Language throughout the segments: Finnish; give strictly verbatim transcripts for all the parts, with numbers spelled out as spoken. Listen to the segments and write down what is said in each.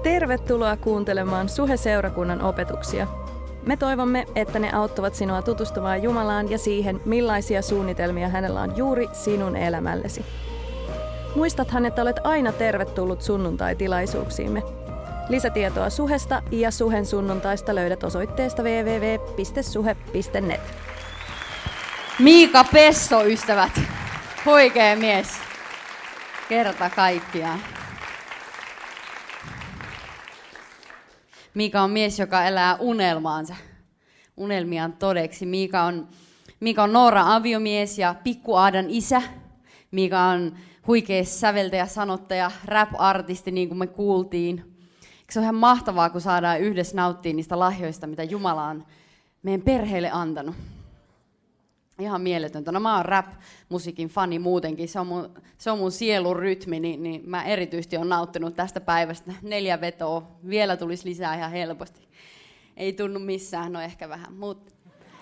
Tervetuloa kuuntelemaan Suhe-seurakunnan opetuksia. Me toivomme, että ne auttavat sinua tutustumaan Jumalaan ja siihen, millaisia suunnitelmia hänellä on juuri sinun elämällesi. Muistathan, että olet aina tervetullut sunnuntai-tilaisuuksiimme. Lisätietoa Suhesta ja Suhen sunnuntaista löydät osoitteesta double-u double-u double-u piste suhe piste net. Miika Pesso, ystävät. Huikea mies. Kerta kaikkiaan. Miika on mies, joka elää unelmaansa. Unelmiaan todeksi. Miika on, Miika on Nooran aviomies ja Pikku Aadan isä. Miika on huikea säveltäjä, sanottaja, rap-artisti, niin kuin me kuultiin. Se on ihan mahtavaa, kun saadaan yhdessä nauttia niistä lahjoista, mitä Jumala on meidän perheelle antanut. Ihan mieletöntä. No mä oon rap-musiikin fani muutenkin, se on mun, se on mun sielun rytmi, niin, niin mä erityisesti oon nauttinut tästä päivästä. Neljä vetoa, vielä tulisi lisää ihan helposti. Ei tunnu missään, no ehkä vähän, mutta...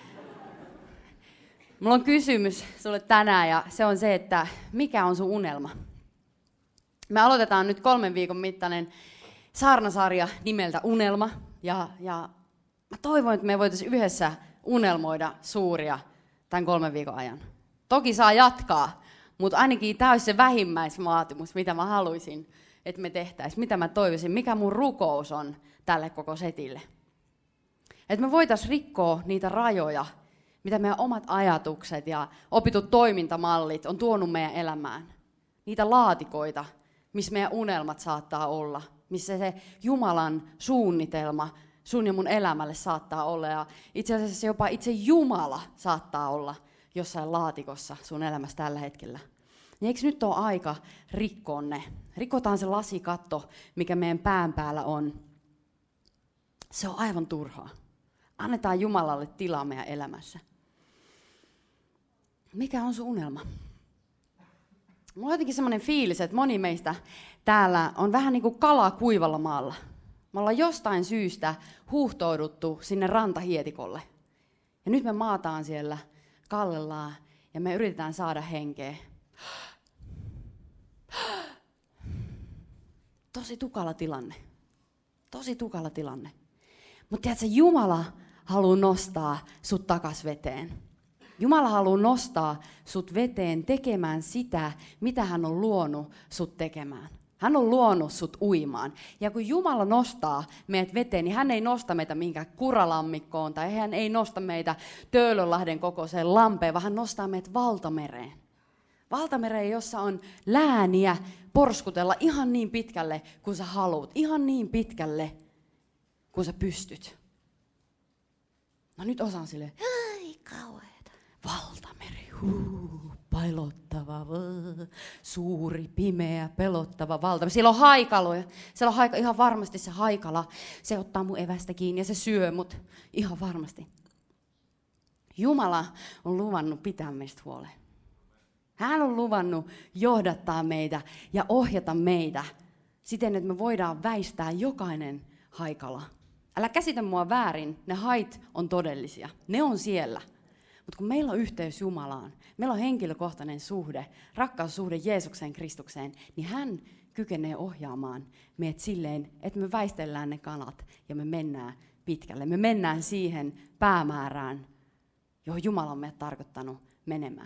Mulla on kysymys sulle tänään ja se on se, että mikä on sun unelma? Me aloitetaan nyt kolmen viikon mittainen saarnasarja nimeltä Unelma ja, ja mä toivon, että me voitaisiin yhdessä unelmoida suuria tämän kolmen viikon ajan. Toki saa jatkaa, mutta ainakin tämä olisi se vähimmäisvaatimus, mitä mä haluaisin, että me tehtäisiin, mitä mä toivoisin, mikä mun rukous on tälle koko setille. Että me voitaisiin rikkoa niitä rajoja, mitä meidän omat ajatukset ja opitut toimintamallit on tuonut meidän elämään. Niitä laatikoita, missä meidän unelmat saattaa olla, missä se Jumalan suunnitelma sun ja mun elämälle saattaa olla. Ja itse asiassa jopa itse Jumala saattaa olla jossain laatikossa sun elämässä tällä hetkellä. Niin eikö nyt ole aika rikkoa ne? Rikotaan se lasikatto, mikä meidän pään päällä on. Se on aivan turhaa. Annetaan Jumalalle tilaa meidän elämässä. Mikä on sun unelma? Mulla on jotenkin semmoinen fiilis, että moni meistä täällä on vähän niin kuin kala kuivalla maalla. Me ollaan jostain syystä huuhtouduttu sinne rantahietikolle. Ja nyt me maataan siellä, kallellaan ja me yritetään saada henkeä. Tosi tukala tilanne. Tosi tukala tilanne. Mutta tiedätkö, Jumala haluaa nostaa sut takas veteen. Jumala haluaa nostaa sut veteen tekemään sitä, mitä hän on luonut sut tekemään. Hän on luonut sut uimaan. Ja kun Jumala nostaa meidät veteen, niin hän ei nosta meitä mihinkään kuralammikkoon tai hän ei nosta meitä Töölönlahden kokoiseen lampeen, vaan hän nostaa meidät valtamereen. Valtamereen, jossa on lääniä porskutella ihan niin pitkälle kuin sä haluat. Ihan niin pitkälle kun sä pystyt. No nyt osaan silleen, ai kauheeta. Valtameri, huu, pailottava, vö, suuri, pimeä, pelottava valtameri. Siellä on haikaloja. Siellä on haika, ihan varmasti se haikala. Se ottaa mun evästä kiinni ja se syö mut. Ihan varmasti. Jumala on luvannut pitää meistä huolen. Hän on luvannut johdattaa meitä ja ohjata meitä siten, että me voidaan väistää jokainen haikala. Älä käsitä mua väärin, ne hait on todellisia. Ne on siellä. Mutta kun meillä on yhteys Jumalaan, meillä on henkilökohtainen suhde, rakkaussuhde Jeesukseen Kristukseen, niin hän kykenee ohjaamaan meidät silleen, että me väistellään ne kalat ja me mennään pitkälle. Me mennään siihen päämäärään, johon Jumala on meidät tarkoittanut menemään.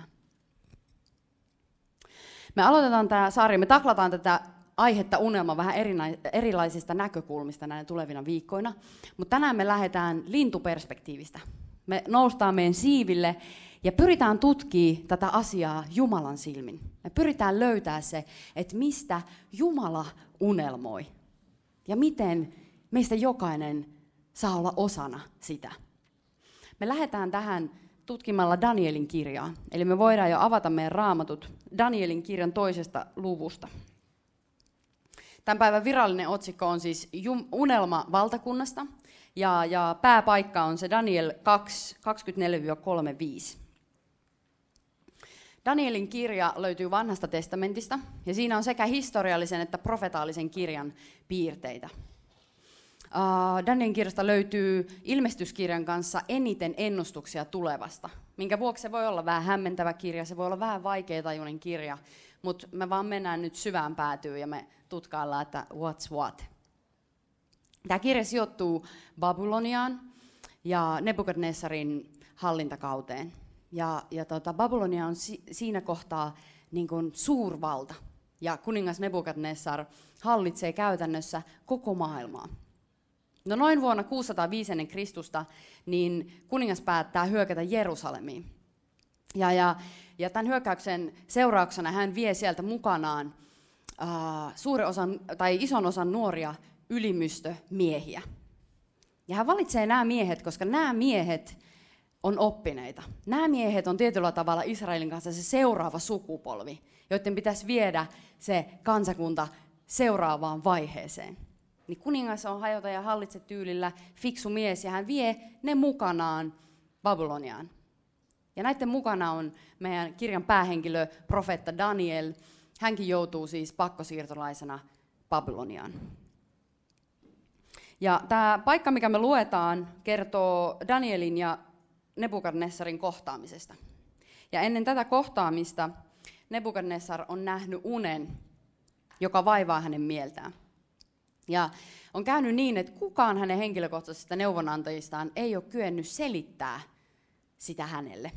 Me aloitetaan tämä sarja, me taklataan tätä aihetta unelma vähän erilaisista näkökulmista näinä tulevina viikkoina, mutta tänään me lähdetään lintuperspektiivistä. Me noustaan meidän siiville ja pyritään tutkimaan tätä asiaa Jumalan silmin. Me pyritään löytämään se, että mistä Jumala unelmoi ja miten meistä jokainen saa olla osana sitä. Me lähdetään tähän tutkimalla Danielin kirjaa, eli me voidaan jo avata meidän raamatut Danielin kirjan toisesta luvusta. Tämän päivän virallinen otsikko on siis Unelma valtakunnasta, ja, ja pääpaikka on se Daniel kaksi, kaksikymmentäneljä kolmekymmentäviisi. Danielin kirja löytyy Vanhasta testamentista, ja siinä on sekä historiallisen että profetaalisen kirjan piirteitä. Uh, Danielin kirjasta löytyy ilmestyskirjan kanssa eniten ennustuksia tulevasta, minkä vuoksi se voi olla vähän hämmentävä kirja, se voi olla vähän vaikeatajuinen kirja, mutta me vaan mennään nyt syvään päätyyn ja me tutkaillaan, että what's what. Tämä kirja sijoittuu Babyloniaan ja Nebukadnessarin hallintakauteen. Ja, ja tota, Babylonia on si- siinä kohtaa niin kuin suurvalta. Ja kuningas Nebukadnessar hallitsee käytännössä koko maailmaa. No noin vuonna kuusisataaviisi ennen Kristusta niin kuningas päättää hyökätä Jerusalemiin. Ja, ja, ja tämän hyökkäyksen seurauksena hän vie sieltä mukanaan äh, suuren osan, tai ison osan nuoria ylimystömiehiä. Ja hän valitsee nämä miehet, koska nämä miehet on oppineita. Nämä miehet on tietyllä tavalla Israelin kanssa se seuraava sukupolvi, joiden pitäisi viedä se kansakunta seuraavaan vaiheeseen. Niin kuningas on hajota ja hallitse tyylillä fiksu mies, ja hän vie ne mukanaan Babyloniaan. Ja näiden mukana on meidän kirjan päähenkilö, profeetta Daniel. Hänkin joutuu siis pakkosiirtolaisena Babyloniaan. Ja tämä paikka, mikä me luetaan, kertoo Danielin ja Nebukadnessarin kohtaamisesta. Ja ennen tätä kohtaamista Nebukadnessar on nähnyt unen, joka vaivaa hänen mieltään. Ja on käynyt niin, että kukaan hänen henkilökohtaisista neuvonantajistaan ei ole kyennyt selittää sitä hänelle.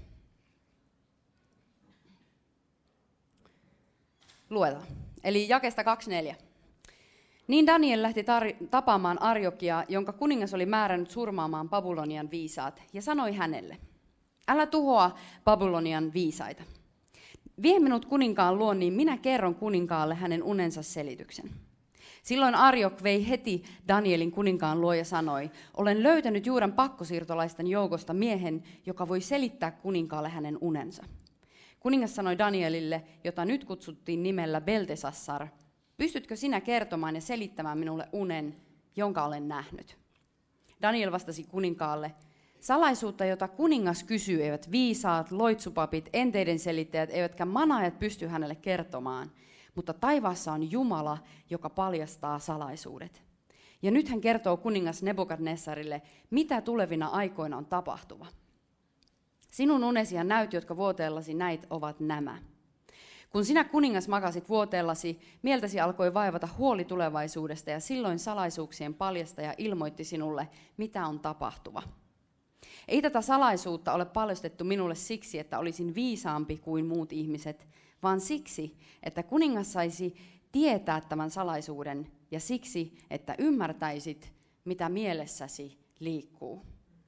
Luetaan. Eli jakeesta kaksikymmentäneljä. Niin Daniel lähti tar- tapaamaan Arjokia, jonka kuningas oli määrännyt surmaamaan Babylonian viisaat, ja sanoi hänelle, älä tuhoa Babylonian viisaita. Vie minut kuninkaan luon, niin minä kerron kuninkaalle hänen unensa selityksen. Silloin Arjok vei heti Danielin kuninkaan luo ja sanoi, olen löytänyt Juudan pakkosiirtolaisten joukosta miehen, joka voi selittää kuninkaalle hänen unensa. Kuningas sanoi Danielille, jota nyt kutsuttiin nimellä Beltesassar, pystytkö sinä kertomaan ja selittämään minulle unen, jonka olen nähnyt? Daniel vastasi kuninkaalle, salaisuutta, jota kuningas kysyy, eivät viisaat, loitsupapit, enteiden selittäjät, eivätkä manaajat pysty hänelle kertomaan, mutta taivaassa on Jumala, joka paljastaa salaisuudet. Ja nyt hän kertoo kuningas Nebukadnessarille, mitä tulevina aikoina on tapahtuva. Sinun unesi ja näyt, jotka vuoteellasi näit, ovat nämä. Kun sinä kuningas makasit vuoteellasi, mieltäsi alkoi vaivata huoli tulevaisuudesta, ja silloin salaisuuksien paljastaja ilmoitti sinulle, mitä on tapahtuva. Ei tätä salaisuutta ole paljastettu minulle siksi, että olisin viisaampi kuin muut ihmiset, vaan siksi, että kuningas saisi tietää tämän salaisuuden, ja siksi, että ymmärtäisit, mitä mielessäsi liikkuu.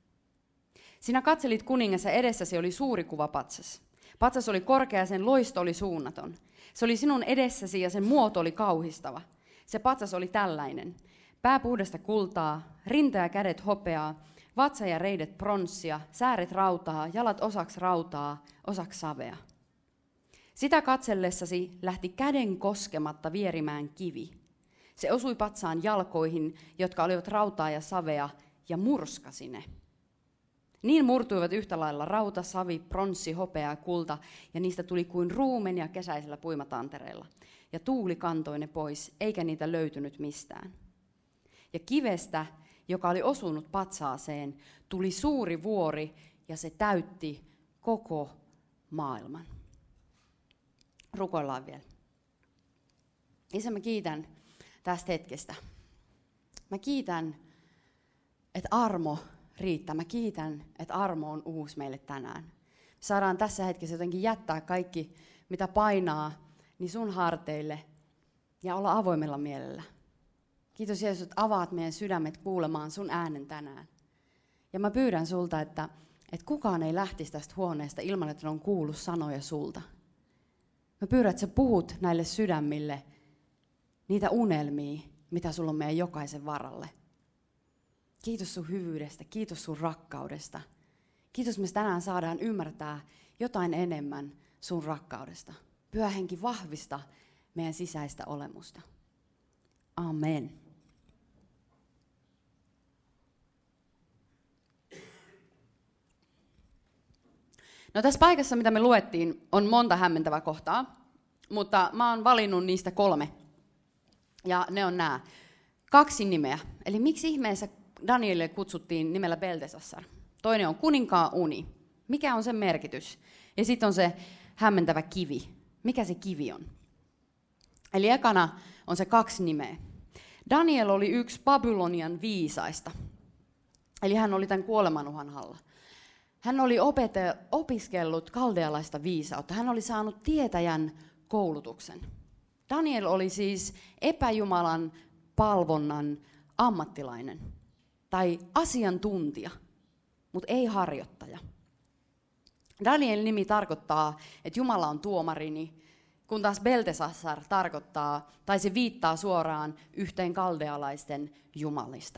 Sinä katselit kuningas, ja edessäsi oli suuri kuva patsas. Patsas oli korkea ja sen loisto oli suunnaton. Se oli sinun edessäsi ja sen muoto oli kauhistava. Se patsas oli tällainen. Pää puhdasta kultaa, rinta ja kädet hopeaa, vatsa ja reidet pronssia, sääret rautaa, jalat osaksi rautaa, osaksi savea. Sitä katsellessasi lähti käden koskematta vierimään kivi. Se osui patsaan jalkoihin, jotka olivat rautaa ja savea, ja murskasi ne. Niin murtuivat yhtä lailla rauta, savi, pronssi, hopea ja kulta, ja niistä tuli kuin ruumenia kesäisellä puimatantereilla. Ja tuuli kantoi ne pois, eikä niitä löytynyt mistään. Ja kivestä, joka oli osunut patsaaseen, tuli suuri vuori, ja se täytti koko maailman. Rukoillaan vielä. Isä, mä kiitän tästä hetkestä. Mä kiitän, että armo riittää. Mä kiitän, että armo on uusi meille tänään. Saadaan tässä hetkessä jotenkin jättää kaikki, mitä painaa, niin sun harteille ja olla avoimella mielellä. Kiitos Jeesus, että avaat meidän sydämet kuulemaan sun äänen tänään. Ja mä pyydän sulta, että, että kukaan ei lähtisi tästä huoneesta ilman, että on kuullut sanoja sulta. Mä pyydän, että sä puhut näille sydämille niitä unelmia, mitä sulla on meidän jokaisen varalle. Kiitos sun hyvyydestä, kiitos sun rakkaudesta. Kiitos, me tänään saadaan ymmärtää jotain enemmän sun rakkaudesta. Pyhä Henki, vahvista meidän sisäistä olemusta. Amen. No tässä paikassa, mitä me luettiin, on monta hämmentävää kohtaa, mutta mä oon valinnut niistä kolme. Ja ne on nämä. Kaksi nimeä. Eli miksi ihmeessä Danielille kutsuttiin nimellä Beltesassar? Toinen on kuninkaan uni. Mikä on sen merkitys? Ja sitten on se hämmentävä kivi. Mikä se kivi on? Eli ekana on se kaksi nimeä. Daniel oli yksi Babylonian viisaista. Eli hän oli tämän kuolemanuhan alla. Hän oli opete- opiskellut kaldealaista viisautta. Hän oli saanut tietäjän koulutuksen. Daniel oli siis epäjumalan palvonnan ammattilainen tai asiantuntija, mutta ei harjoittaja. Danielin nimi tarkoittaa, että Jumala on tuomarini, kun taas Beltesassar tarkoittaa, tai se viittaa suoraan yhteen kaldealaisten jumalista.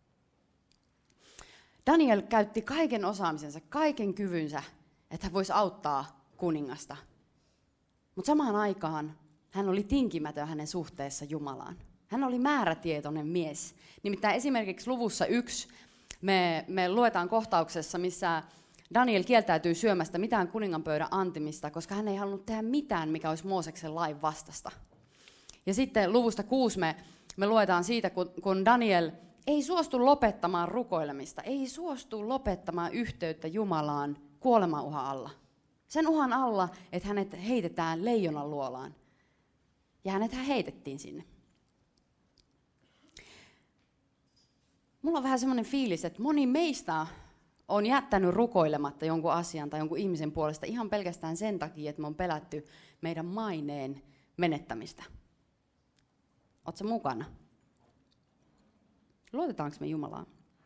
Daniel käytti kaiken osaamisensa, kaiken kyvynsä, että hän voisi auttaa kuningasta. Mutta samaan aikaan hän oli tinkimätön hänen suhteessa Jumalaan. Hän oli määrätietoinen mies. Nimittäin esimerkiksi luvussa yksi me, me luetaan kohtauksessa, missä Daniel kieltäytyy syömästä mitään kuninganpöydän antimista, koska hän ei halunnut tehdä mitään, mikä olisi Mooseksen lain vastasta. Ja sitten luvusta kuusi me, me luetaan siitä, kun, kun Daniel ei suostu lopettamaan rukoilemista, ei suostu lopettamaan yhteyttä Jumalaan kuolemauhan alla. Sen uhan alla, että hänet heitetään leijonan luolaan. Ja hänet heitettiin sinne. Mulla on vähän semmoinen fiilis, että moni meistä on jättänyt rukoilematta jonkun asian tai jonkun ihmisen puolesta ihan pelkästään sen takia, että me on pelätty meidän maineen menettämistä. Ootko mukana? Luotetaanko me Jumalaan?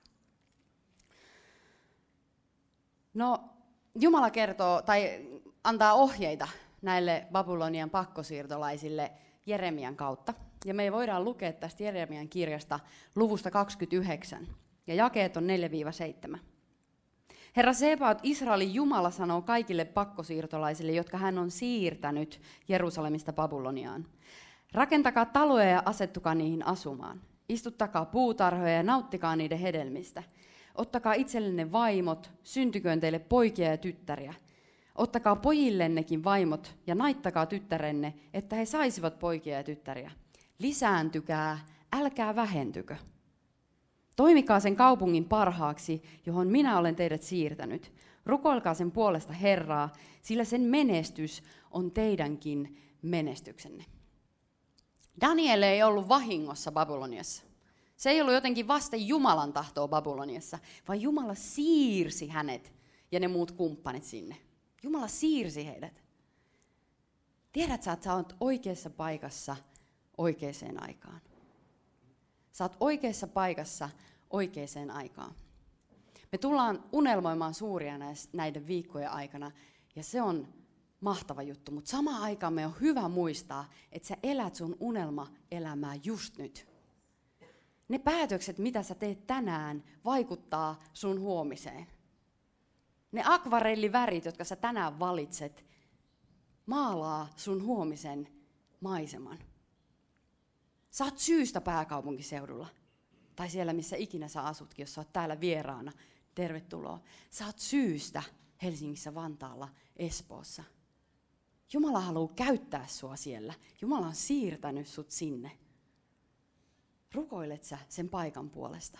No, Jumala kertoo tai antaa ohjeita näille Babylonian pakkosiirtolaisille Jeremian kautta. Ja me voidaan lukea tästä Jeremian kirjasta luvusta kaksikymmentäyhdeksän. Ja jakeet on neljä seitsemän. Herra Sebaot, Israelin Jumala sanoo kaikille pakkosiirtolaisille, jotka hän on siirtänyt Jerusalemista Babyloniaan. Rakentakaa taloja ja asettukaa niihin asumaan. Istuttakaa puutarhoja ja nauttikaa niiden hedelmistä. Ottakaa itsellenne vaimot, syntyköön teille poikia ja tyttäriä. Ottakaa pojillennekin vaimot ja naittakaa tyttärenne, että he saisivat poikia ja tyttäriä. Lisääntykää, älkää vähentykö. Toimikaa sen kaupungin parhaaksi, johon minä olen teidät siirtänyt. Rukoilkaa sen puolesta Herraa, sillä sen menestys on teidänkin menestyksenne. Daniel ei ollut vahingossa Babyloniassa. Se ei ollut jotenkin vasten Jumalan tahtoa Babyloniassa, vaan Jumala siirsi hänet ja ne muut kumppanit sinne. Jumala siirsi heidät. Tiedät sä, että sä oot oikeassa paikassa oikeaan aikaan. Sä oot oikeassa paikassa oikeaan aikaan. Me tullaan unelmoimaan suuria näiden viikkojen aikana, ja se on mahtava juttu. Mutta samaan aikaan me on hyvä muistaa, että sä elät sun unelmaelämää just nyt. Ne päätökset, mitä sä teet tänään, vaikuttaa sun huomiseen. Ne akvarellivärit, jotka sä tänään valitset, maalaa sun huomisen maiseman. Sä oot syystä pääkaupunkiseudulla. Tai siellä, missä ikinä sä asutkin, jos sä oot täällä vieraana. Tervetuloa. Sä oot syystä Helsingissä, Vantaalla, Espoossa. Jumala haluaa käyttää sua siellä. Jumala on siirtänyt sut sinne. Rukoilet sä sen paikan puolesta?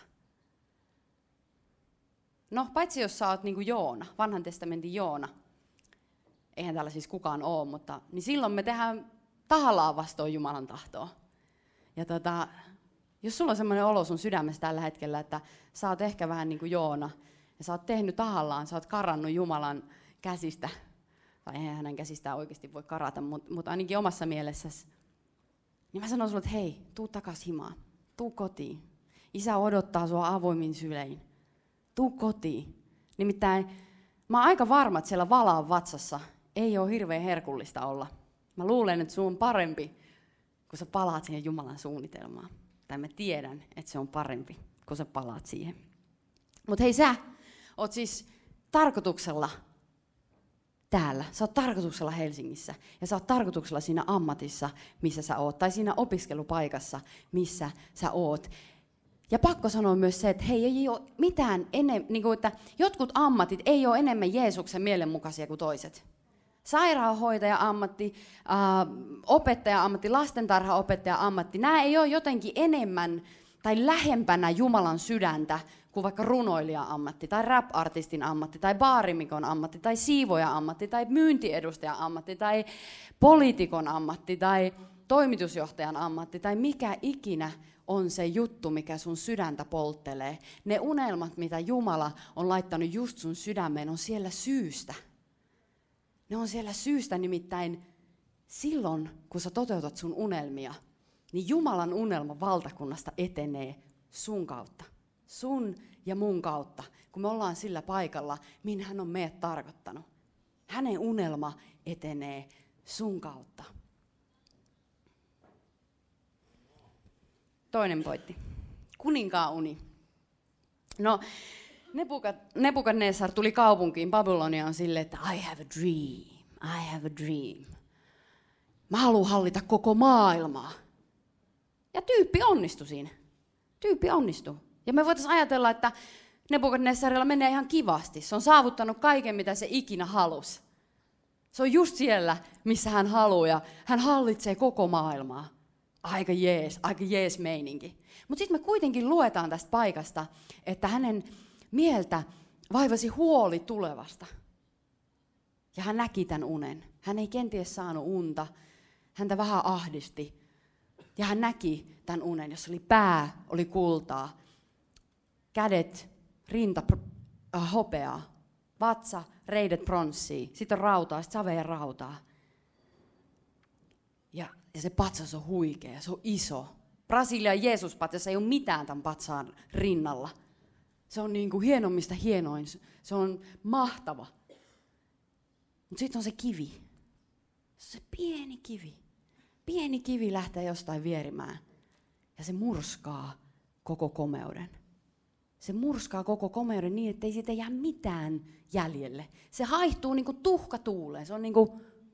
No, paitsi jos sä oot niin kuin Joona, vanhan testamentin Joona. Eihän täällä siis kukaan ole, mutta niin silloin me tehdään tahallaan vastoin Jumalan tahtoa. Ja tota, jos sulla on semmoinen olo sun sydämessä tällä hetkellä, että sä oot ehkä vähän niin kuin Joona, ja sä oot tehnyt tahallaan, sä oot karannut Jumalan käsistä, tai eihän hänen käsistään oikeasti voi karata, mutta mut ainakin omassa mielessäsi, niin mä sanon sulle, että hei, tuu takas himaan, tuu kotiin. Isä odottaa sua avoimin sylein. Tuu kotiin. Nimittäin mä oon aika varma, että siellä valaan vatsassa ei ole hirveän herkullista olla. Mä luulen, että sun on parempi, kun sä palaat siihen Jumalan suunnitelmaan. Tai mä tiedän, että se on parempi, kun sä palaat siihen. Mutta hei, sä oot siis tarkoituksella täällä. Sä oot tarkoituksella Helsingissä. Ja sä oot tarkoituksella siinä ammatissa, missä sä oot. Tai siinä opiskelupaikassa, missä sä oot. Ja pakko sanoa myös se, että hei, ei ole mitään enemmän, niin kuin, että jotkut ammatit ei ole enemmän Jeesuksen mielenmukaisia kuin toiset. Sairaanhoitaja-ammatti, äh, opettaja-ammatti, lastentarhaopettaja-ammatti, nämä ei ole jotenkin enemmän tai lähempänä Jumalan sydäntä kuin vaikka runoilija-ammatti, tai rap-artistin ammatti, tai baarimikon ammatti, tai siivoja-ammatti, tai myyntiedustaja-ammatti, tai poliitikon ammatti, tai toimitusjohtajan ammatti tai mikä ikinä on se juttu, mikä sun sydäntä polttelee. Ne unelmat, mitä Jumala on laittanut just sun sydämeen, on siellä syystä. Ne on siellä syystä, nimittäin silloin, kun sä toteutat sun unelmia, niin Jumalan unelma valtakunnasta etenee sun kautta. Sun ja mun kautta, kun me ollaan sillä paikalla, minne hän on meidät tarkoittanut. Hänen unelma etenee sun kautta. Toinen pointti. Kuninkaan uni. No, Nebukadnessar tuli kaupunkiin, Babyloniaan silleen, että I have a dream, I have a dream. Mä haluan hallita koko maailmaa. Ja tyyppi onnistui siinä. Tyyppi onnistui. Ja me voitaisiin ajatella, että Nebukadnessarilla menee ihan kivasti. Se on saavuttanut kaiken, mitä se ikinä halusi. Se on just siellä, missä hän haluaa, ja hän hallitsee koko maailmaa. Aika jees, aika jees meininki. Mutta sitten me kuitenkin luetaan tästä paikasta, että hänen mieltä vaivasi huoli tulevasta. Ja hän näki tämän unen. Hän ei kenties saanut unta. Häntä vähän ahdisti. Ja hän näki tämän unen, jossa oli pää, oli kultaa, kädet, rinta, äh, hopeaa, vatsa, reidet pronssia, sitten on rautaa, sitten saveen rautaa. Ja, ja se patsas on huikea, se on iso. Brasilian Jeesus-patsassa ei ole mitään tämän patsaan rinnalla. Se on niin kuin hienommista hienoin, se on mahtava. Mutta sitten on se kivi, se pieni kivi. Pieni kivi lähtee jostain vierimään ja se murskaa koko komeuden. Se murskaa koko komeuden niin, ettei siitä jää mitään jäljelle. Se haihtuu niin kuin tuhka tuuleen. Se on niin kuin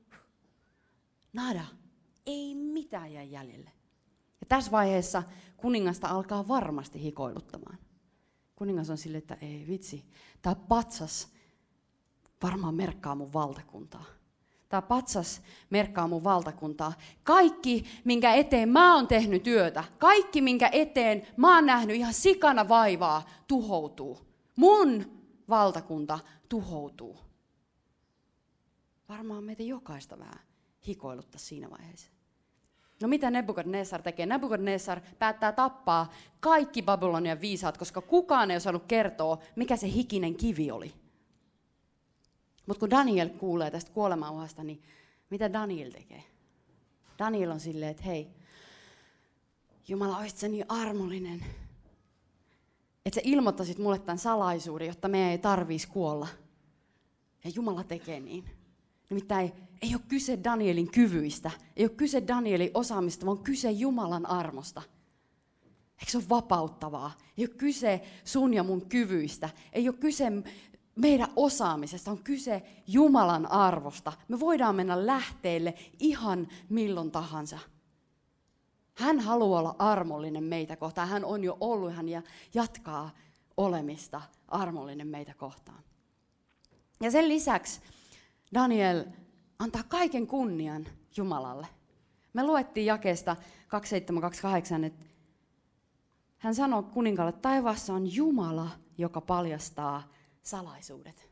nada. Ei mitään jää jäljelle. Ja tässä vaiheessa kuningasta alkaa varmasti hikoiluttamaan. Kuningas on silleen, että ei vitsi, tämä patsas varmaan merkkaa mun valtakuntaa. Tämä patsas merkkaa mun valtakuntaa. Kaikki, minkä eteen mä oon tehnyt työtä, kaikki, minkä eteen mä oon nähnyt ihan sikana vaivaa, tuhoutuu. Mun valtakunta tuhoutuu. Varmaan meitä jokaista vähän hikoiluttaa siinä vaiheessa. No mitä Nebukadnessar tekee? Nebukadnessar päättää tappaa kaikki Babylonian viisaat, koska kukaan ei osannut kertoa, mikä se hikinen kivi oli. Mutta kun Daniel kuulee tästä kuolemauhasta, niin mitä Daniel tekee? Daniel on silleen, että hei, Jumala, olisit sä niin armollinen, että sä ilmoittaisit mulle tämän salaisuuden, jotta meidän ei tarvitsisi kuolla. Ja Jumala tekee niin. Nimittäin ei ole kyse Danielin kyvyistä, ei ole kyse Danielin osaamista, vaan kyse Jumalan armosta. Eikö se ole vapauttavaa? Ei ole kyse sun ja mun kyvyistä, ei ole kyse meidän osaamisesta, on kyse Jumalan arvosta. Me voidaan mennä lähteelle ihan milloin tahansa. Hän haluaa olla armollinen meitä kohtaan. Hän on jo ollut hän ja jatkaa olemista armollinen meitä kohtaan. Ja sen lisäksi Daniel antaa kaiken kunnian Jumalalle. Me luettiin jakeesta kaksikymmentäseitsemän kaksikymmentäkahdeksan, että hän sanoo kuninkaalle, että taivaassa on Jumala, joka paljastaa salaisuudet.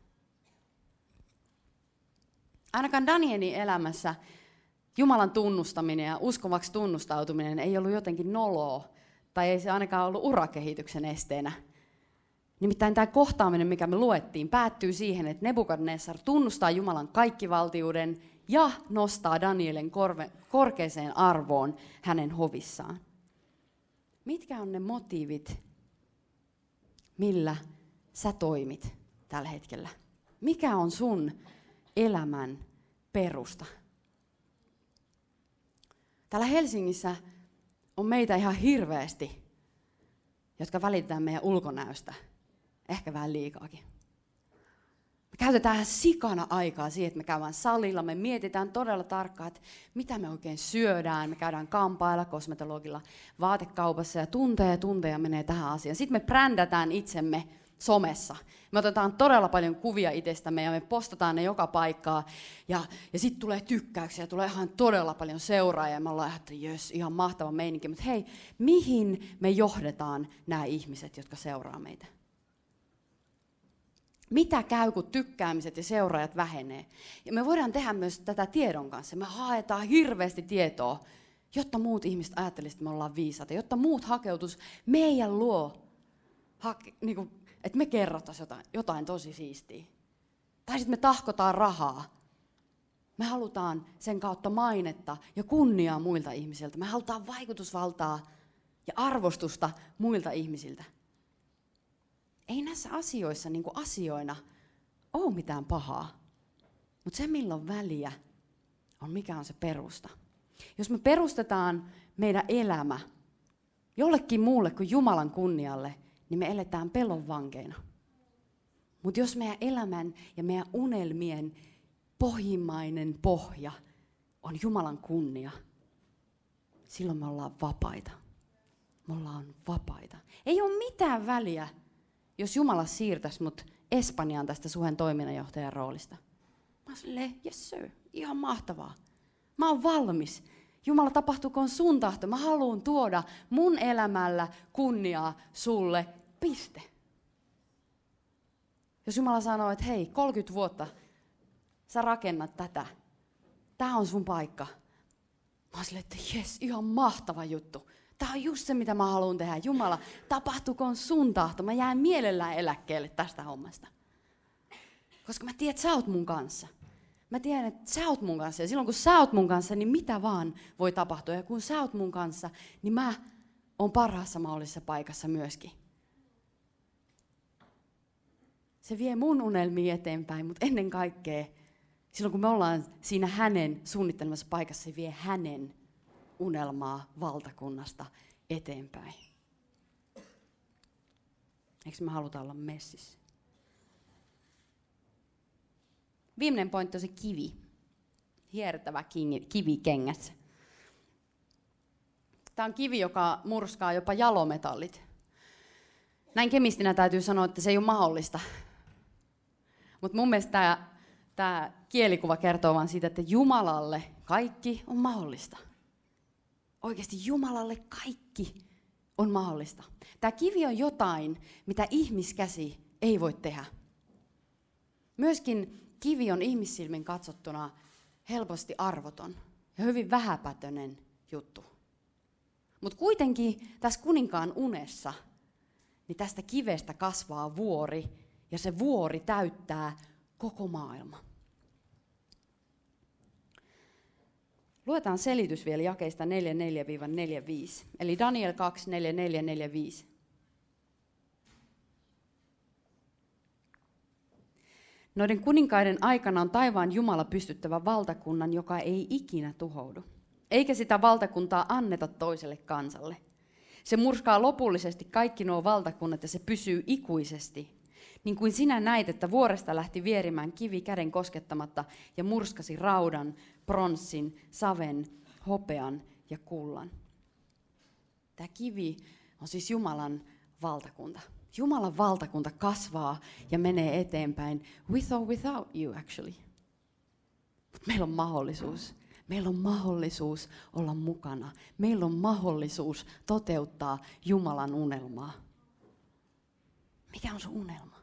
Ainakaan Danielin elämässä Jumalan tunnustaminen ja uskovaksi tunnustautuminen ei ollut jotenkin noloa, tai ei se ainakaan ollut urakehityksen esteenä. Nimittäin tämä kohtaaminen, mikä me luettiin, päättyy siihen, että Nebukadnessar tunnustaa Jumalan kaikkivaltiuden ja nostaa Danielin korve, korkeaseen arvoon hänen hovissaan. Mitkä on ne motiivit, millä sä toimit tällä hetkellä? Mikä on sun elämän perusta? Täällä Helsingissä on meitä ihan hirveästi, jotka välitetään meidän ulkonäöstä. Ehkä vähän liikaakin. Me käytetään sikana aikaa siihen, että me käydään salilla, me mietitään todella tarkkaan, että mitä me oikein syödään. Me käydään kampailla, kosmetologilla, vaatekaupassa ja tunteja ja tunteja menee tähän asiaan. Sitten me brändätään itsemme somessa. Me otetaan todella paljon kuvia itsestämme ja me postataan ne joka paikkaa. Ja, ja sitten tulee tykkäyksiä, tulee ihan todella paljon seuraajia. Ja me ollaan että jös, ihan mahtava meininki. Mutta hei, mihin me johdetaan nämä ihmiset, jotka seuraa meitä? Mitä käy, kun tykkäämiset ja seuraajat vähenee? Ja me voidaan tehdä myös tätä tiedon kanssa. Me haetaan hirveästi tietoa jotta muut ihmiset ajattelisivat, että me ollaan viisaita, jotta muut hakeutus meidän luo, hake, niin kuin, että me kerrottaisiin jotain, jotain tosi siistiä. Tai sitten me tahkotaan rahaa. Me halutaan sen kautta mainetta ja kunniaa muilta ihmisiltä. Me halutaan vaikutusvaltaa ja arvostusta muilta ihmisiltä. Ei näissä asioissa niin kuin asioina ole mitään pahaa. Mutta se, millä on väliä, on mikä on se perusta. Jos me perustetaan meidän elämä jollekin muulle kuin Jumalan kunnialle, niin me eletään pelon vankeina. Mutta jos meidän elämän ja meidän unelmien pohjimmainen pohja on Jumalan kunnia, silloin me ollaan vapaita. Me ollaan vapaita. Ei ole mitään väliä, jos Jumala siirtäisi mut Espanjaan tästä Suhen toiminnanjohtajan roolista. Mä oon silleen, yes sir, ihan mahtavaa. Mä oon valmis. Jumala, tapahtukoon sun tahto. Mä haluan tuoda mun elämällä kunniaa sulle, piste. Jos Jumala sanoo, että hei, kolmekymmentä vuotta sä rakennat tätä. Tää on sun paikka. Mä oon silleen, että jes, ihan mahtava juttu. Tää on just se, mitä mä haluan tehdä. Jumala, tapahtukoon sun tahto. Mä jään mielellään eläkkeelle tästä hommasta. Koska mä tiedän, että sä oot mun kanssa. Mä tiedän, että sä oot mun kanssa. Ja silloin kun sä oot mun kanssa, niin mitä vaan voi tapahtua. Ja kun sä oot mun kanssa, niin mä oon parhaassa mahdollisessa paikassa myöskin. Se vie mun unelmia eteenpäin, mutta ennen kaikkea, silloin kun me ollaan siinä hänen suunnittelemassa paikassa, se vie hänen unelmaa valtakunnasta eteenpäin. Eikö me haluta olla messissä? Viimeinen pointti on se kivi. Hiertävä kivi kengässä. Tämä on kivi, joka murskaa jopa jalometallit. Näin kemistinä täytyy sanoa, että se ei ole mahdollista. Mutta mun mielestä tämä, tämä kielikuva kertoo vaan siitä, että Jumalalle kaikki on mahdollista. Oikeasti Jumalalle kaikki on mahdollista. Tämä kivi on jotain, mitä ihmiskäsi ei voi tehdä. Myöskin kivi on ihmissilmin katsottuna helposti arvoton ja hyvin vähäpätöinen juttu. Mutta kuitenkin tässä kuninkaan unessa, niin tästä kivestä kasvaa vuori, ja se vuori täyttää koko maailma. Luetaan selitys vielä jakeista neljäkymmentäneljä neljäkymmentäviisi, eli Daniel kaksi neljäkymmentäneljä neljäkymmentäviisi. Noiden kuninkaiden aikana on taivaan Jumala pystyttävä valtakunnan, joka ei ikinä tuhoudu. Eikä sitä valtakuntaa anneta toiselle kansalle. Se murskaa lopullisesti kaikki nuo valtakunnat ja se pysyy ikuisesti. Niin kuin sinä näit, että vuoresta lähti vierimään kivi käden koskettamatta ja murskasi raudan, pronssin, saven, hopean ja kullan. Tämä kivi on siis Jumalan valtakunta. Jumalan valtakunta kasvaa ja menee eteenpäin with or without you actually. Mutta meillä on mahdollisuus. Meillä on mahdollisuus olla mukana. Meillä on mahdollisuus toteuttaa Jumalan unelmaa. Mikä on sun unelma?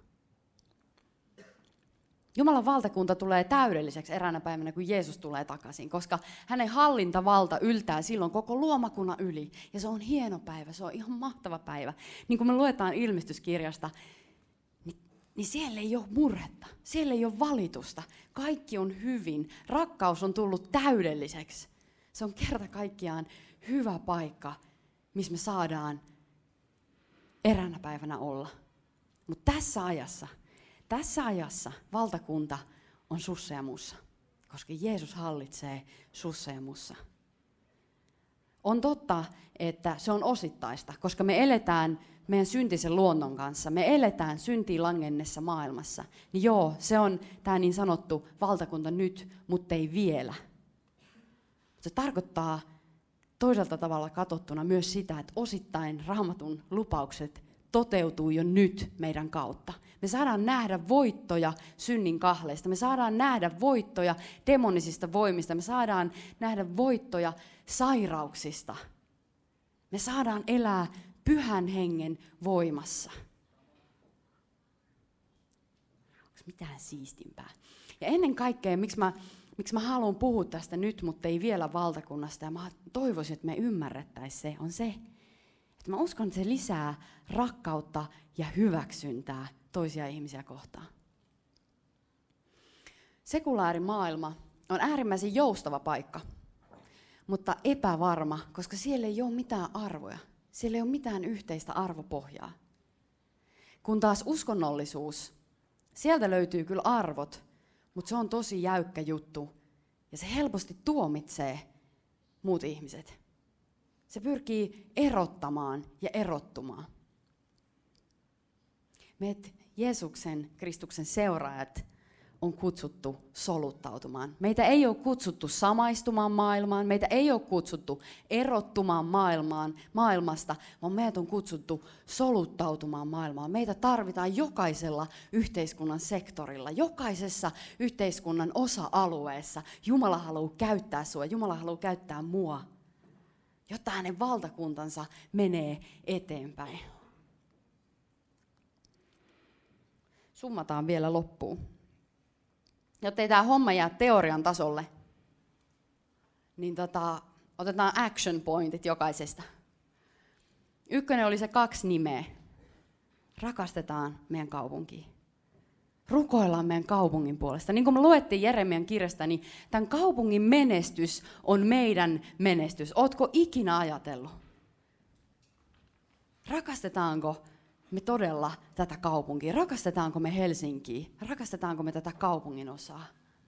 Jumalan valtakunta tulee täydelliseksi eräänä päivänä, kun Jeesus tulee takaisin, koska hänen hallintavalta yltää silloin koko luomakunnan yli. Ja se on hieno päivä, se on ihan mahtava päivä. Niin kuin me luetaan ilmestyskirjasta, niin, niin siellä ei ole murhetta, siellä ei ole valitusta. Kaikki on hyvin, rakkaus on tullut täydelliseksi. Se on kerta kaikkiaan hyvä paikka, missä me saadaan eräänä päivänä olla. Mutta tässä ajassa, tässä ajassa valtakunta on sussa ja mussa, koska Jeesus hallitsee sussa ja mussa. On totta, että se on osittaista, koska me eletään meidän syntisen luonnon kanssa, me eletään syntiin langennessa maailmassa. Niin joo, se on tämä niin sanottu valtakunta nyt, mutta ei vielä. Se tarkoittaa toiselta tavalla katsottuna myös sitä, että osittain Raamatun lupaukset toteutuu jo nyt meidän kautta. Me saadaan nähdä voittoja synnin kahleista, me saadaan nähdä voittoja demonisista voimista, me saadaan nähdä voittoja sairauksista. Me saadaan elää pyhän hengen voimassa. Onko mitään siistimpää? Ja ennen kaikkea, miksi mä miksi mä haluan puhua tästä nyt, mutta ei vielä valtakunnasta, ja mä toivoisin, että me ymmärrettäisiin se, on se, että mä uskon, että se lisää rakkautta ja hyväksyntää toisia ihmisiä kohtaan. Sekulaari maailma on äärimmäisen joustava paikka, mutta epävarma, koska siellä ei ole mitään arvoja. Siellä ei ole mitään yhteistä arvopohjaa. Kun taas uskonnollisuus, sieltä löytyy kyllä arvot, mutta se on tosi jäykkä juttu ja se helposti tuomitsee muut ihmiset. Se pyrkii erottamaan ja erottumaan. Meidät Jeesuksen, Kristuksen seuraajat on kutsuttu soluttautumaan. Meitä ei ole kutsuttu samaistumaan maailmaan, meitä ei ole kutsuttu erottumaan maailmaan, maailmasta, vaan meitä on kutsuttu soluttautumaan maailmaan. Meitä tarvitaan jokaisella yhteiskunnan sektorilla, jokaisessa yhteiskunnan osa-alueessa. Jumala haluaa käyttää sua, Jumala haluaa käyttää mua, jotta hänen valtakuntansa menee eteenpäin. Summataan vielä loppuun. Jotta ei tämä homma jää teorian tasolle, niin tota, otetaan action pointit jokaisesta. Ykkönen oli se kaksi nimeä. Rakastetaan meidän kaupunkia. Rukoillaan meidän kaupungin puolesta. Niin kuin me luettiin Jeremian kirjasta, niin tämän kaupungin menestys on meidän menestys. Ootko ikinä ajatellut? Rakastetaanko me todella tätä kaupunkia? Rakastetaanko me Helsinkiä? Rakastetaanko me tätä kaupungin osaa?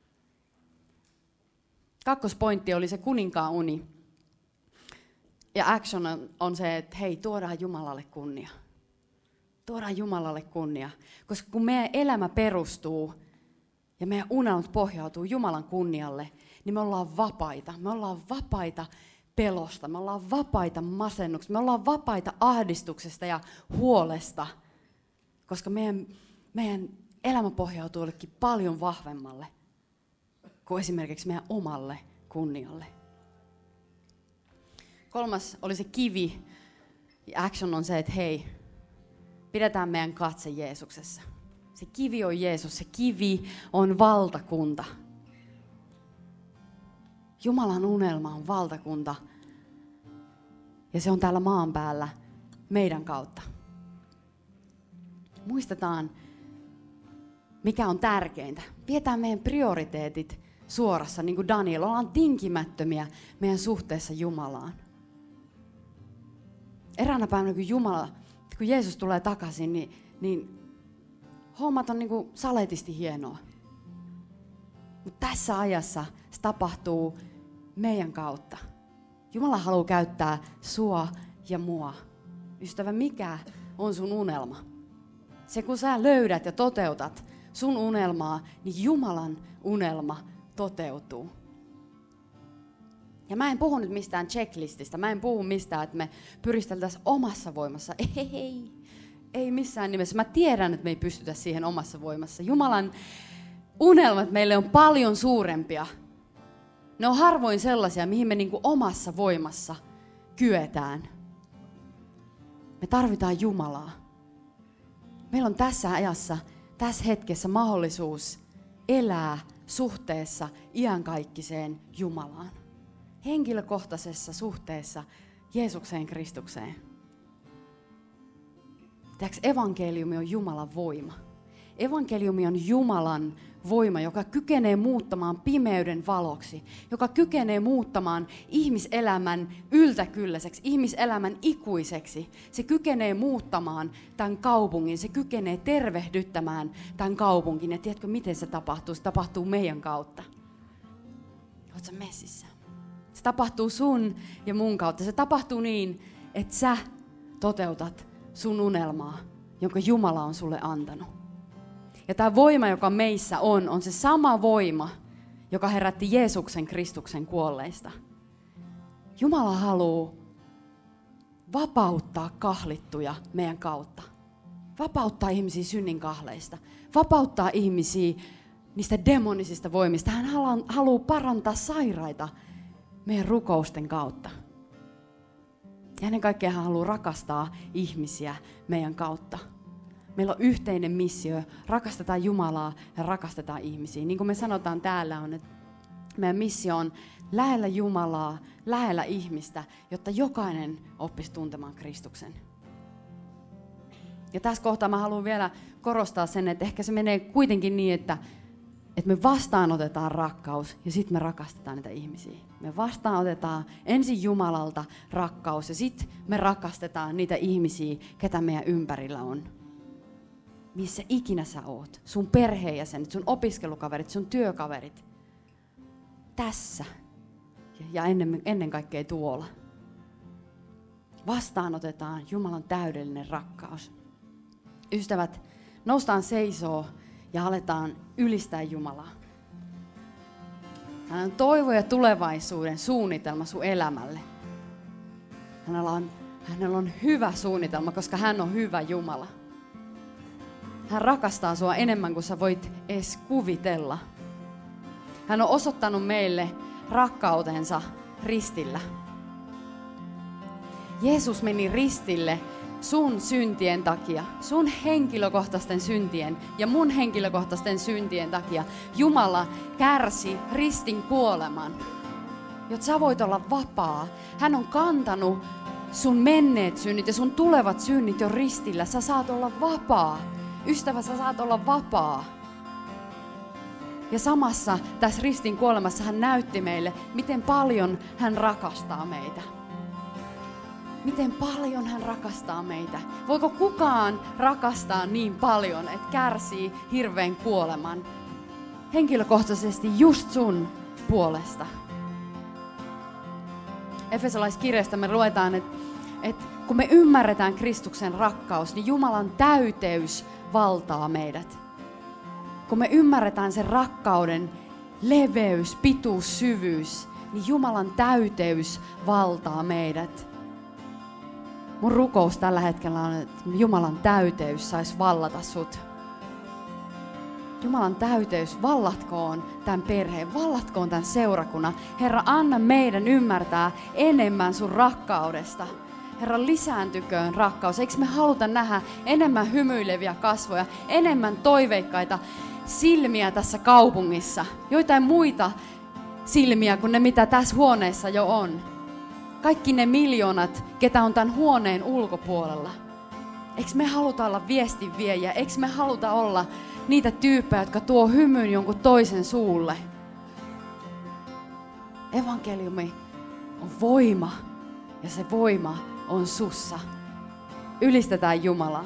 Kakkospointti oli se kuninkaan uni. Ja action on, on se, että hei, tuodaan Jumalalle kunnia. Tuodaan Jumalalle kunnia. Koska kun meidän elämä perustuu ja meidän unelmat pohjautuu Jumalan kunnialle, niin me ollaan vapaita. Me ollaan vapaita pelosta, me ollaan vapaita masennuksesta, me ollaan vapaita ahdistuksesta ja huolesta, koska meidän, meidän elämä pohjautuu jollekin paljon vahvemmalle kuin esimerkiksi meidän omalle kunnialle. Kolmas oli se kivi, ja action on se, että hei, pidetään meidän katse Jeesuksessa. Se kivi on Jeesus, se kivi on valtakunta. Jumalan unelma on valtakunta, ja se on täällä maan päällä meidän kautta. Muistetaan, mikä on tärkeintä. Pidetään meidän prioriteetit suorassa, niin kuin Daniel. Ollaan tinkimättömiä meidän suhteessa Jumalaan. Eräänä päivänä, kun, Jumala, kun Jeesus tulee takaisin, niin, niin hommat on niin kuin saletisti hienoa. Mutta tässä ajassa se tapahtuu meidän kautta. Jumala haluaa käyttää sua ja mua. Ystävä, mikä on sun unelma? Se kun sä löydät ja toteutat sun unelmaa, niin Jumalan unelma toteutuu. Ja mä en puhu nyt mistään checklististä. Mä en puhu mistään, että me pyristeltäisiin omassa voimassa. Ei, ei missään nimessä. Mä tiedän, että me ei pystytä siihen omassa voimassa. Jumalan unelmat meille on paljon suurempia. Ne on harvoin sellaisia, mihin me niinku omassa voimassa kyetään. Me tarvitaan Jumalaa. Meillä on tässä ajassa, tässä hetkessä mahdollisuus elää suhteessa iankaikkiseen Jumalaan. Henkilökohtaisessa suhteessa Jeesukseen Kristukseen. Tiedätkö, evankeliumi on Jumalan voima. Evankeliumi on Jumalan voima, joka kykenee muuttamaan pimeyden valoksi, joka kykenee muuttamaan ihmiselämän yltäkylläiseksi, ihmiselämän ikuiseksi. Se kykenee muuttamaan tämän kaupungin, se kykenee tervehdyttämään tämän kaupungin. Ja tiedätkö, miten se tapahtuu? Se tapahtuu meidän kautta. Oletko sä messissä? Se tapahtuu sun ja mun kautta. Se tapahtuu niin, että sä toteutat sun unelmaa, jonka Jumala on sulle antanut. Ja tämä voima, joka meissä on, on se sama voima, joka herätti Jeesuksen Kristuksen kuolleista. Jumala haluaa vapauttaa kahlittuja meidän kautta. Vapauttaa ihmisiä synnin kahleista. Vapauttaa ihmisiä niistä demonisista voimista. Hän haluaa parantaa sairaita meidän rukousten kautta. Ja ennen kaikkea hän haluaa rakastaa ihmisiä meidän kautta. Meillä on yhteinen missio, rakastetaan Jumalaa ja rakastetaan ihmisiä. Niin kuin me sanotaan täällä on, että Meidän missio on lähellä Jumalaa, lähellä ihmistä, jotta jokainen oppisi tuntemaan Kristuksen. Ja tässä kohtaa mä haluan vielä korostaa sen, että ehkä se menee kuitenkin niin, että, että me vastaanotetaan rakkaus ja sitten me rakastetaan niitä ihmisiä. Me vastaanotetaan ensin Jumalalta rakkaus ja sitten me rakastetaan niitä ihmisiä, ketä meidän ympärillä on. Missä ikinä sä oot, sun perheenjäsenet, sun opiskelukaverit, sun työkaverit. Tässä ja ennen, ennen kaikkea tuolla. Vastaanotetaan Jumalan täydellinen rakkaus. Ystävät, noustaan seisoo ja aletaan ylistää Jumalaa. Hän on toivo ja tulevaisuuden suunnitelma sun elämälle. Hänellä on, hänellä on hyvä suunnitelma, koska hän on hyvä Jumala. Hän rakastaa sua enemmän kuin sä voit edes kuvitella. Hän on osoittanut meille rakkautensa ristillä. Jeesus meni ristille sun syntien takia, sun henkilökohtaisten syntien ja mun henkilökohtaisten syntien takia. Jumala kärsi ristin kuoleman, jotta sä voit olla vapaa. Hän on kantanut sun menneet synnit ja sun tulevat synnit jo ristillä. Sä saat olla vapaa. Ystävä, sä saat olla vapaa. Ja samassa tässä ristin kuolemassa hän näytti meille, miten paljon hän rakastaa meitä. Miten paljon hän rakastaa meitä. Voiko kukaan rakastaa niin paljon, että kärsii hirveän kuoleman? Henkilökohtaisesti just sun puolesta. Efesolaiskirjasta me luetaan, että, että kun me ymmärretään Kristuksen rakkaus, niin Jumalan täyteys valtaa meidät. Kun me ymmärretään sen rakkauden leveys, pituus, syvyys, niin Jumalan täyteys valtaa meidät. Mun rukous tällä hetkellä on, että Jumalan täyteys saisi vallata sut. Jumalan täyteys, vallatkoon tämän perheen, vallatkoon tämän seurakunnan. Herra, anna meidän ymmärtää enemmän sun rakkaudesta. Herra, lisääntyköön rakkaus. Eikö me haluta nähdä enemmän hymyileviä kasvoja, enemmän toiveikkaita silmiä tässä kaupungissa? Joitain muita silmiä kuin ne, mitä tässä huoneessa jo on. Kaikki ne miljoonat, ketä on tämän huoneen ulkopuolella. Eikö me haluta olla viestinviejä? Eikö me haluta olla niitä tyyppejä, jotka tuo hymyn jonkun toisen suulle? Evankeliumi on voima ja se voima on sussa. Ylistetään Jumalaa.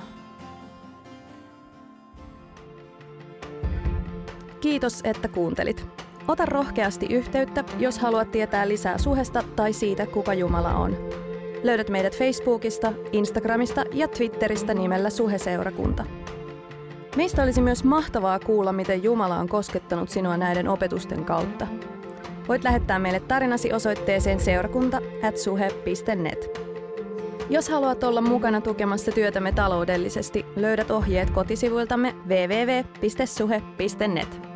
Kiitos, että kuuntelit. Ota rohkeasti yhteyttä, jos haluat tietää lisää Suhesta tai siitä, kuka Jumala on. Löydät meidät Facebookista, Instagramista ja Twitteristä nimellä Suhe-seurakunta. Meistä olisi myös mahtavaa kuulla, miten Jumala on koskettanut sinua näiden opetusten kautta. Voit lähettää meille tarinasi osoitteeseen seurakunta at suhe piste net. Jos haluat olla mukana tukemassa työtämme taloudellisesti, löydät ohjeet kotisivuiltamme double-u double-u double-u piste suhe piste net.